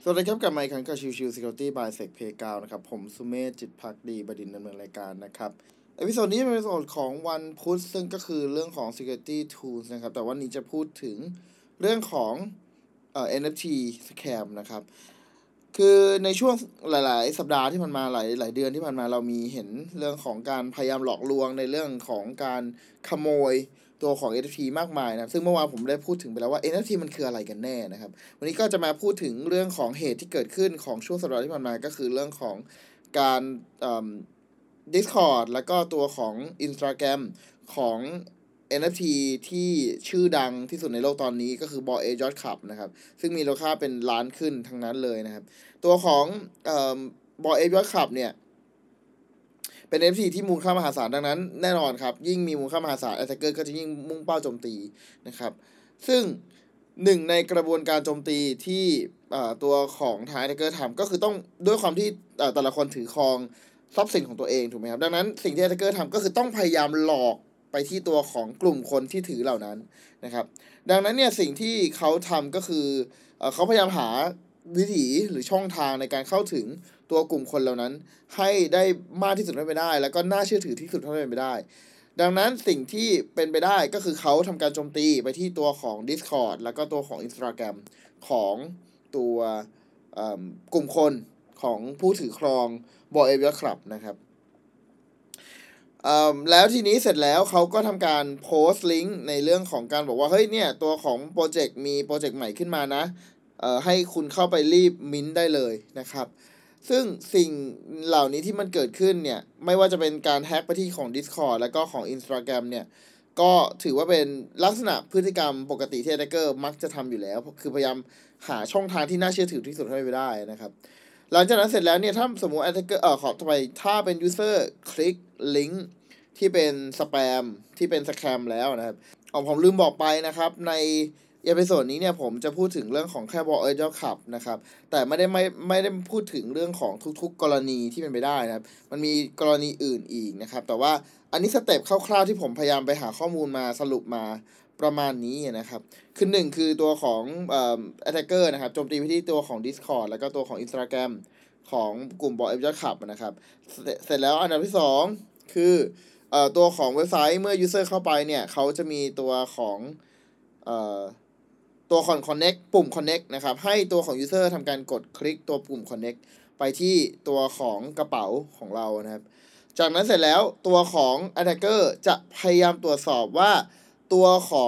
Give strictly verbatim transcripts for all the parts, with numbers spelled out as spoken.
สวัสดีครับกลับมาอีกครั้งกับชิวชิว Security by Sec Playground นะครับผมสุเมธจิตภักดีบดินทร์ดำเนินรายการนะครับเอพิโซดนี้เป็นเอพิโซดของวันพุธซึ่งก็คือเรื่องของ Security Tools นะครับแต่วันนี้จะพูดถึงเรื่องของเอ่อ เอ็น เอฟ ที Scam นะครับคือในช่วงหลายๆ สัปดาห์ที่ผ่านมาหลายหลายเดือนที่ผ่านมาเรามีเห็นเรื่องของการพยายามหลอกลวงในเรื่องของการขโมยตัวของ เอ็น เอฟ ที มากมายนะซึ่งเมื่อวานผมได้พูดถึงไปแล้วว่า เอ็น เอฟ ที มันคืออะไรกันแน่นะครับวันนี้ก็จะมาพูดถึงเรื่องของเหตุที่เกิดขึ้นของช่วงสัปดาห์ที่ผ่านมาก็คือเรื่องของการเอ่อ Discord แล้วก็ตัวของ Instagram ของ เอ็น เอฟ ที ที่ชื่อดังที่สุดในโลกตอนนี้ก็คือ Bored Ape Yacht Club นะครับซึ่งมีมูลค่าเป็นล้านขึ้นทั้งนั้นเลยนะครับตัวของเอ่อ Bored Ape Yacht Club เนี่ยเป็น เอ็น เอฟ ที ที่มูลค่ามหาศาลดังนั้นแน่นอนครับยิ่งมีมูลค่ามหาศาล Attacker ก็จะยิ่งมุ่งเป้าโจมตีนะครับซึ่งหนึ่งในกระบวนการโจมตีที่ตัวของทาง Attacker ทำก็คือต้องด้วยความที่แต่ละคนถือครองทรัพย์สินของตัวเองถูกไหมครับดังนั้นสิ่งที่ Attacker ทำก็คือต้องพยายามหลอกไปที่ตัวของกลุ่มคนที่ถือเหล่านั้นนะครับดังนั้นเนี่ยสิ่งที่เขาทำก็คือเขาพยายามหาวิถีหรือช่องทางในการเข้าถึงตัวกลุ่มคนเหล่านั้นให้ได้มากที่สุดเท่าที่เป็นไปได้แล้วก็น่าเชื่อถือที่สุดเท่าที่เป็นไปได้ดังนั้นสิ่งที่เป็นไปได้ก็คือเขาทำการโจมตีไปที่ตัวของ Discord แล้วก็ตัวของ Instagram ของตัวกลุ่มคนของผู้ถือครอง Bored Ape Yacht Club นะครับแล้วทีนี้เสร็จแล้วเขาก็ทำการโพสต์ลิงก์ในเรื่องของการบอกว่าเฮ้ยเนี่ยตัวของโปรเจกต์มีโปรเจกต์ใหม่ขึ้นมานะให้คุณเข้าไปรีบมิ้นได้เลยนะครับซึ่งสิ่งเหล่านี้ที่มันเกิดขึ้นเนี่ยไม่ว่าจะเป็นการแฮ็กไปที่ของ Discord แล้วก็ของ Instagram เนี่ยก็ถือว่าเป็นลักษณะพฤติกรรมปกติที่ Attacker มักจะทำอยู่แล้วคือพยายามหาช่องทางที่น่าเชื่อถือที่สุดให้ไปได้นะครับหลังจากนั้นเสร็จแล้วเนี่ยถ้าสมมุติ Attacker เอ่อขอทำไมถ้าเป็น User คลิกลิงก์ที่เป็นสแปมที่เป็นสแคมแล้วนะครับอ๋อผมลืมบอกไปนะครับในเอพิโซดนี้เนี่ยผมจะพูดถึงเรื่องของแค่ Bored Ape Yacht Club นะครับแต่ไม่ได้ไม่ไม่ได้พูดถึงเรื่องของทุกๆกรณีที่เป็นไปได้นะครับมันมีกรณีอื่นอีกนะครับแต่ว่าอันนี้สเต็ปคร่าวๆที่ผมพยายามไปหาข้อมูลมาสรุปมาประมาณนี้นะครับคือหนึ่งคือตัวของเอ่อ attacker นะครับโจมตีไปที่ตัวของ Discord แล้วก็ตัวของ Instagram ของกลุ่ม Bored Ape Yacht Club นะครับเสร็จแล้วอันดับที่สองคือเอ่อตัวของเว็บไซต์เมื่อ user เข้าไปเนี่ยเขาจะมีตัวของเอ่อตัวของ connect ปุ่ม connect นะครับให้ตัวของ user ทำการกดคลิกตัวปุ่ม connect ไปที่ตัวของกระเป๋าของเรานะครับจากนั้นเสร็จแล้วตัวของ attacker จะพยายามตรวจสอบว่าตัวของ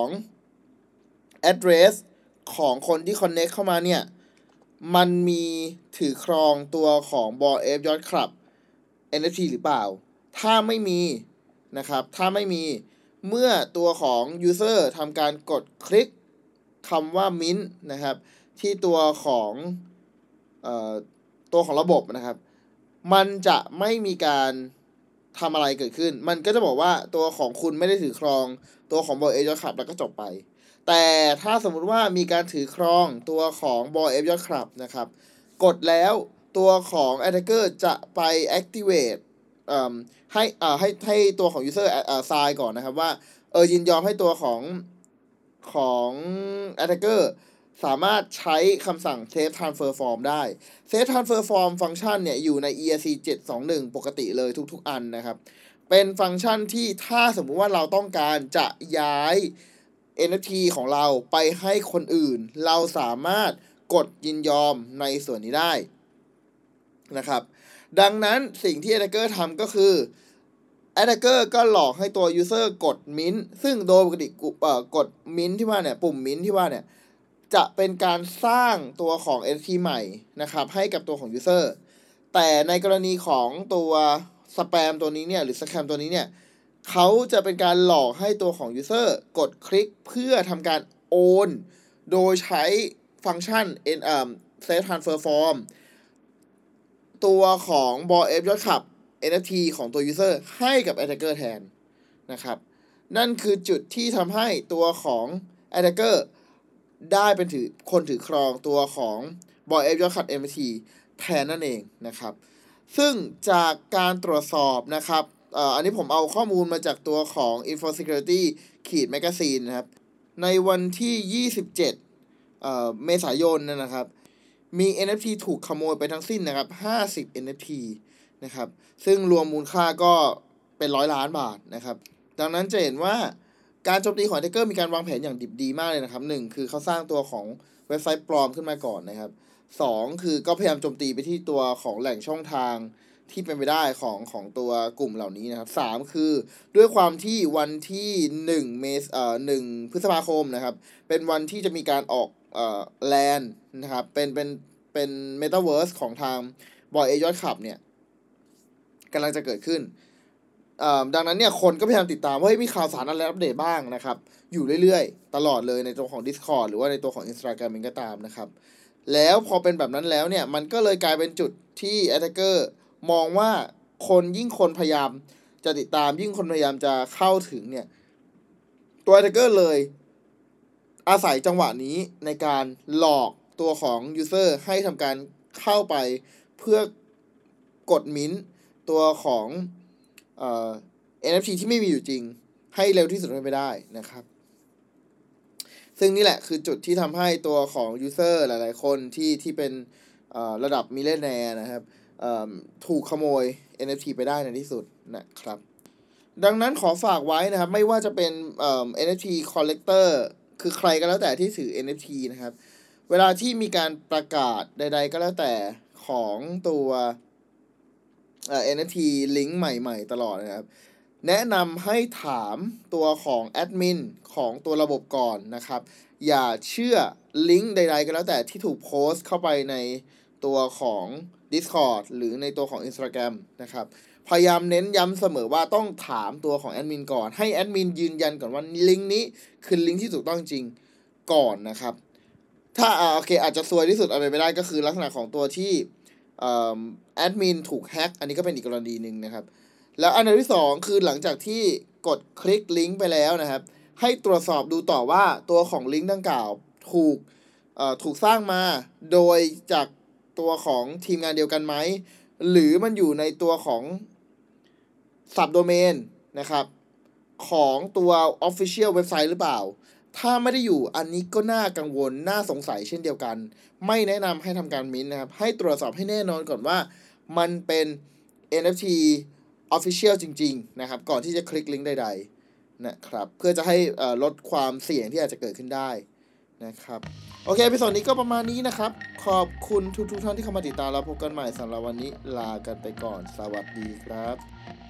address ของคนที่ connect เข้ามาเนี่ยมันมีถือครองตัวของ Bored Ape Yacht Club เอ็น เอฟ ที หรือเปล่าถ้าไม่มีนะครับถ้าไม่มีเมื่อตัวของ user ทำการกดคลิกคำว่า mint นะครับที่ตัวของเอ่อตัวของระบบนะครับมันจะไม่มีการทำอะไรเกิดขึ้นมันก็จะบอกว่าตัวของคุณไม่ได้ถือครองตัวของ Bored Ape Yacht Club แล้วก็จบไปแต่ถ้าสมมุติว่ามีการถือครองตัวของ Bored Ape Yacht Club นะครับกดแล้วตัวของ attacker จะไป activate เอ่อให้อ่าให้ให้ตัวของ user อ่า sign ก่อนนะครับว่าเออยินยอมให้ตัวของของ attacker สามารถใช้คำสั่ง save transfer form ได้ save transfer form ฟังก์ชันเนี่ยอยู่ใน อี อาร์ ซี เจ็ดสองหนึ่ง ปกติเลยทุกๆอันนะครับเป็นฟังก์ชันที่ถ้าสมมุติว่าเราต้องการจะย้าย เอ็น เอฟ ที ของเราไปให้คนอื่นเราสามารถกดยินยอมในส่วนนี้ได้นะครับดังนั้นสิ่งที่ attacker ทำก็คือ attacker ก็หลอกให้ตัว user กด mint ซึ่งโดยปกติเอ่อกด mint ที่ว่าเนี่ยปุ่ม mint ที่ว่าเนี่ยจะเป็นการสร้างตัวของ เอ็น เอฟ ที ใหม่นะครับให้กับตัวของ user แต่ในกรณีของตัวสแปมตัวนี้เนี่ยหรือสแคมตัวนี้เนี่ยเขาจะเป็นการหลอกให้ตัวของ user กดคลิกเพื่อทำการโอนโดยใช้ฟังก์ชัน save transfer form ตัวของ Bored Ape Yacht Club เอ็น เอฟ ที ของตัว user ให้กับ attacker แทนนะครับนั่นคือจุดที่ทำให้ตัวของ attacker ได้เป็นถือคนถือครองตัวของ Bored Ape Yacht Club เอ็น เอฟ ที แทนนั่นเองนะครับซึ่งจากการตรวจสอบนะครับเอ่ออันนี้ผมเอาข้อมูลมาจากตัวของ Info Security ขีด Magazine นะครับในวันที่ยี่สิบเจ็ดเอ่อเมษายนนะครับมี เอ็น เอฟ ที ถูกขโมยไปทั้งสิ้นนะครับห้าสิบ เอ็น เอฟ ที นะครับซึ่งรวมมูลค่าก็เป็นร้อยล้านบาทนะครับดังนั้นจะเห็นว่าการโจมตีของ Attacker มีการวางแผนอย่างดิบดีมากเลยนะครับหนึ่งคือเขาสร้างตัวของเว็บไซต์ปลอมขึ้นมาก่อนนะครับสองคือก็พยายามโจมตีไปที่ตัวของแหล่งช่องทางที่เป็นไปได้ของของตัวกลุ่มเหล่านี้นะครับสามคือด้วยความที่วันที่หนึ่งเมษเอ่อหนึ่งพฤษภาคมนะครับเป็นวันที่จะมีการออกเอ่อแลนด์นะครับเป็นเป็นเป็นเมตาเวิร์สของทางบอยเอยอดขับเนี่ยกำลังจะเกิดขึ้นดังนั้นเนี่ยคนก็พยายามติดตามว่ามีข่าวสารอะไรอัปเดตบ้างนะครับอยู่เรื่อยๆตลอดเลยในตัวของ Discord หรือว่าในตัวของ Instagram เองก็ตามนะครับแล้วพอเป็นแบบนั้นแล้วเนี่ยมันก็เลยกลายเป็นจุดที่ Attacker มองว่าคนยิ่งคนพยายามจะติดตามยิ่งคนพยายามจะเข้าถึงเนี่ยตัว Attacker เลยอาศัยจังหวะนี้ในการหลอกตัวของ User ให้ทำการเข้าไปเพื่อกดมิ้นตัวของเอ่อ เอ็น เอฟ ที ที่ไม่มีอยู่จริงให้เร็วที่สุดเป็นไปได้นะครับซึ่งนี่แหละคือจุดที่ทำให้ตัวของ User หลายๆคนที่ที่เป็นระดับมิลเลนเนียร์นะครับถูกขโมย เอ็น เอฟ ที ไปได้ในที่สุดนะครับดังนั้นขอฝากไว้นะครับไม่ว่าจะเป็นเอ่อ เอ็น เอฟ ที Collector คือใครก็แล้วแต่ที่ถือ เอ็น เอฟ ที นะครับเวลาที่มีการประกาศใดๆก็แล้วแต่ของตัวเอ่อ เอ็น เอฟ ที ลิงก์ใหม่ๆตลอดนะครับแนะนำให้ถามตัวของแอดมินของตัวระบบก่อนนะครับอย่าเชื่อลิงก์ใดๆก็แล้วแต่ที่ถูกโพสต์เข้าไปในตัวของ Discord หรือในตัวของ Instagram นะครับพยายามเน้นย้ำเสมอว่าต้องถามตัวของแอดมินก่อนให้แอดมินยืนยันก่อนว่าลิงก์นี้คือลิงก์ที่ถูกต้องจริงก่อนนะครับถ้าอ่าโอเคอาจจะซวยที่สุดอะไรไม่ได้ก็คือลักษณะของตัวที่แอดมินถูกแฮ็กอันนี้ก็เป็นอีกกรณีหนึ่งนะครับแล้วอันที่สองคือหลังจากที่กดคลิกลิงก์ไปแล้วนะครับให้ตรวจสอบดูต่อว่าตัวของลิงก์ดังกล่าวถูกเอ่อถูกสร้างมาโดยจากตัวของทีมงานเดียวกันไหมหรือมันอยู่ในตัวของ subdomain นะครับของตัว official เว็บไซต์หรือเปล่าถ้าไม่ได้อยู่อันนี้ก็น่ากังวลน่าสงสัยเช่นเดียวกันไม่แนะนำให้ทำการมิ้นนะครับให้ตรวจสอบให้แน่นอนก่อนว่ามันเป็น เอ็น เอฟ ที Official จริงๆนะครับก่อนที่จะคลิกลิงก์ใดๆนะครับเพื่อจะให้ลดความเสี่ยงที่อาจจะเกิดขึ้นได้นะครับโอเคในส่วนนี้ก็ประมาณนี้นะครับขอบคุณทุกๆท่านที่เข้ามาติดตามแล้วพบกันใหม่สำหรับวันนี้ลากันไปก่อนสวัสดีครับ